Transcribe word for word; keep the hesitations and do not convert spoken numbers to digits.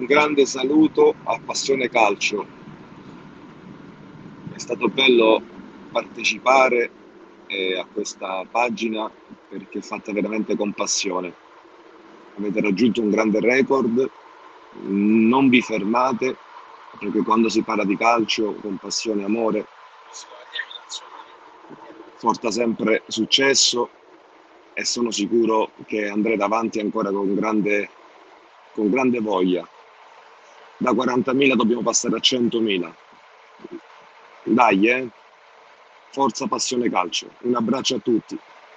grande saluto a Passione Calcio. È stato bello partecipare eh, a questa pagina perché è fatta veramente con passione. Avete raggiunto un grande record, non vi fermate perché quando si parla di calcio con passione e amore porta sempre successo e sono sicuro che andrete avanti ancora con grande, con grande voglia. Da quarantamila dobbiamo passare a centomila. Dai, eh? Forza Passione Calcio. Un abbraccio a tutti.